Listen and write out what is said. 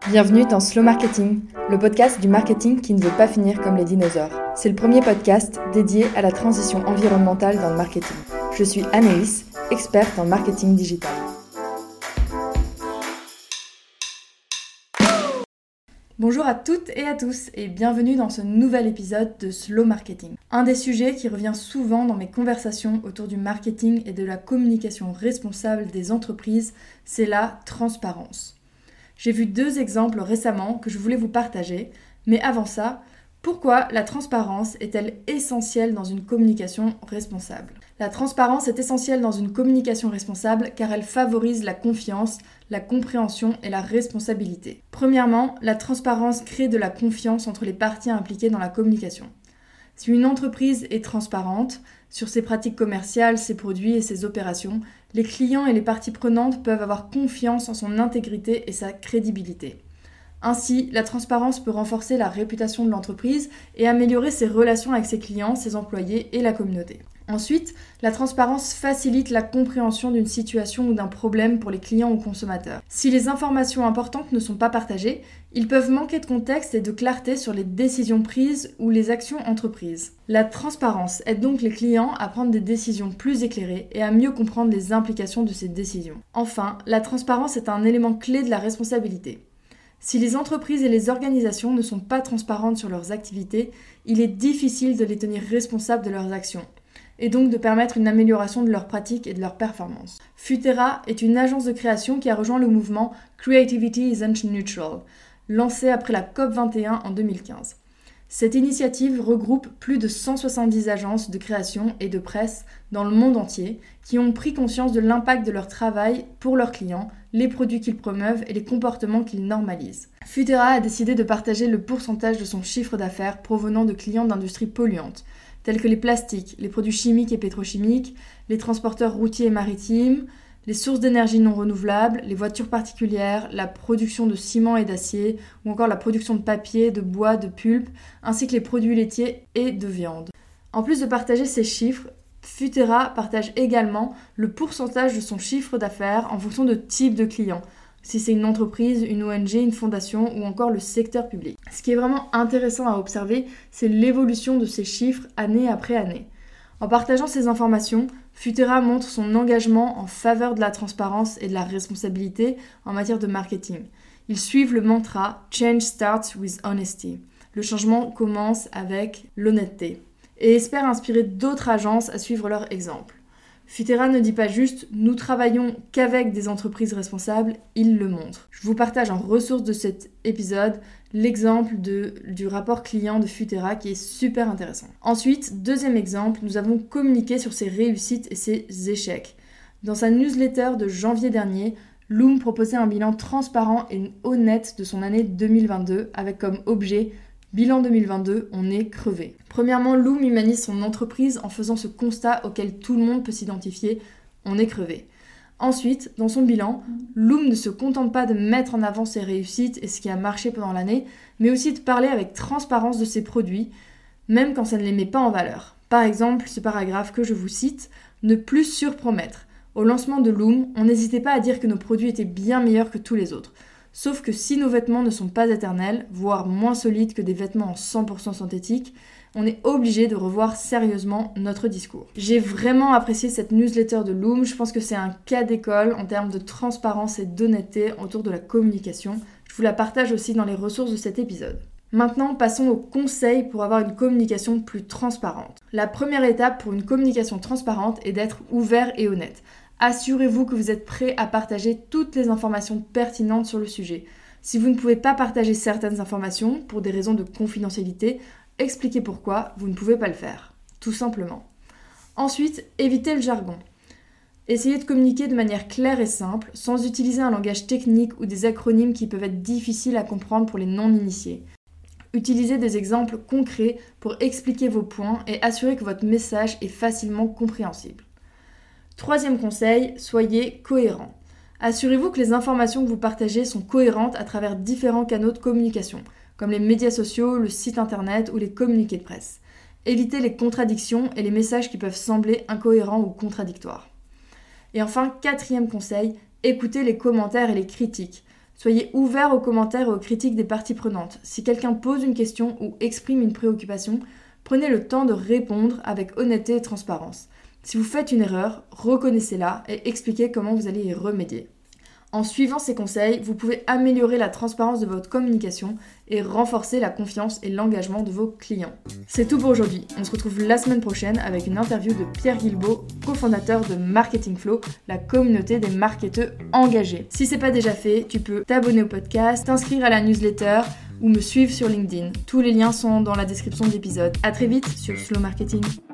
Bienvenue dans Slow Marketing, le podcast du marketing qui ne veut pas finir comme les dinosaures. C'est le premier podcast dédié à la transition environnementale dans le marketing. Je suis Anaïs, experte en marketing digital. Bonjour à toutes et à tous et bienvenue dans ce nouvel épisode de Slow Marketing. Un des sujets qui revient souvent dans mes conversations autour du marketing et de la communication responsable des entreprises, c'est la transparence. J'ai vu 2 exemples récemment que je voulais vous partager, mais avant ça, pourquoi la transparence est-elle essentielle dans une communication responsable ? La transparence est essentielle dans une communication responsable car elle favorise la confiance, la compréhension et la responsabilité. Premièrement, la transparence crée de la confiance entre les parties impliquées dans la communication. Si une entreprise est transparente sur ses pratiques commerciales, ses produits et ses opérations, les clients et les parties prenantes peuvent avoir confiance en son intégrité et sa crédibilité. Ainsi, la transparence peut renforcer la réputation de l'entreprise et améliorer ses relations avec ses clients, ses employés et la communauté. Ensuite, la transparence facilite la compréhension d'une situation ou d'un problème pour les clients ou consommateurs. Si les informations importantes ne sont pas partagées, ils peuvent manquer de contexte et de clarté sur les décisions prises ou les actions entreprises. La transparence aide donc les clients à prendre des décisions plus éclairées et à mieux comprendre les implications de ces décisions. Enfin, la transparence est un élément clé de la responsabilité. Si les entreprises et les organisations ne sont pas transparentes sur leurs activités, il est difficile de les tenir responsables de leurs actions, et donc de permettre une amélioration de leurs pratiques et de leurs performances. Futera est une agence de création qui a rejoint le mouvement Creativity Isn't Neutral, lancé après la COP21 en 2015. Cette initiative regroupe plus de 170 agences de création et de presse dans le monde entier qui ont pris conscience de l'impact de leur travail pour leurs clients, les produits qu'ils promeuvent et les comportements qu'ils normalisent. Futera a décidé de partager le pourcentage de son chiffre d'affaires provenant de clients d'industries polluantes, tels que les plastiques, les produits chimiques et pétrochimiques, les transporteurs routiers et maritimes, les sources d'énergie non renouvelables, les voitures particulières, la production de ciment et d'acier, ou encore la production de papier, de bois, de pulpe, ainsi que les produits laitiers et de viande. En plus de partager ces chiffres, Futera partage également le pourcentage de son chiffre d'affaires en fonction de type de client, si c'est une entreprise, une ONG, une fondation ou encore le secteur public. Ce qui est vraiment intéressant à observer, c'est l'évolution de ces chiffres année après année. En partageant ces informations, Futera montre son engagement en faveur de la transparence et de la responsabilité en matière de marketing. Ils suivent le mantra « Change starts with honesty ». Le changement commence avec l'honnêteté et espèrent inspirer d'autres agences à suivre leur exemple. Futera ne dit pas juste « nous travaillons qu'avec des entreprises responsables », il le montre. Je vous partage en ressource de cet épisode l'exemple du rapport client de Futera qui est super intéressant. Ensuite, deuxième exemple, nous avons communiqué sur ses réussites et ses échecs. Dans sa newsletter de janvier dernier, Loom proposait un bilan transparent et honnête de son année 2022 avec comme objet Bilan 2022, on est crevé. Premièrement, Loom humanise son entreprise en faisant ce constat auquel tout le monde peut s'identifier, on est crevé. Ensuite, dans son bilan, Loom ne se contente pas de mettre en avant ses réussites et ce qui a marché pendant l'année, mais aussi de parler avec transparence de ses produits, même quand ça ne les met pas en valeur. Par exemple, ce paragraphe que je vous cite, « Ne plus surpromettre ». Au lancement de Loom, on n'hésitait pas à dire que nos produits étaient bien meilleurs que tous les autres. Sauf que si nos vêtements ne sont pas éternels, voire moins solides que des vêtements en 100% synthétiques, on est obligé de revoir sérieusement notre discours. J'ai vraiment apprécié cette newsletter de Loom, je pense que c'est un cas d'école en termes de transparence et d'honnêteté autour de la communication. Je vous la partage aussi dans les ressources de cet épisode. Maintenant, passons aux conseils pour avoir une communication plus transparente. La première étape pour une communication transparente est d'être ouvert et honnête. Assurez-vous que vous êtes prêt à partager toutes les informations pertinentes sur le sujet. Si vous ne pouvez pas partager certaines informations pour des raisons de confidentialité, expliquez pourquoi vous ne pouvez pas le faire, tout simplement. Ensuite, évitez le jargon. Essayez de communiquer de manière claire et simple, sans utiliser un langage technique ou des acronymes qui peuvent être difficiles à comprendre pour les non-initiés. Utilisez des exemples concrets pour expliquer vos points et assurer que votre message est facilement compréhensible. Troisième conseil, soyez cohérent. Assurez-vous que les informations que vous partagez sont cohérentes à travers différents canaux de communication, comme les médias sociaux, le site internet ou les communiqués de presse. Évitez les contradictions et les messages qui peuvent sembler incohérents ou contradictoires. Et enfin, quatrième conseil, écoutez les commentaires et les critiques. Soyez ouvert aux commentaires et aux critiques des parties prenantes. Si quelqu'un pose une question ou exprime une préoccupation, prenez le temps de répondre avec honnêteté et transparence. Si vous faites une erreur, reconnaissez-la et expliquez comment vous allez y remédier. En suivant ces conseils, vous pouvez améliorer la transparence de votre communication et renforcer la confiance et l'engagement de vos clients. C'est tout pour aujourd'hui. On se retrouve la semaine prochaine avec une interview de Pierre Guilbeault, cofondateur de Marketing Flow, la communauté des marketeurs engagés. Si c'est pas déjà fait, tu peux t'abonner au podcast, t'inscrire à la newsletter ou me suivre sur LinkedIn. Tous les liens sont dans la description de l'épisode. À très vite sur Slow Marketing.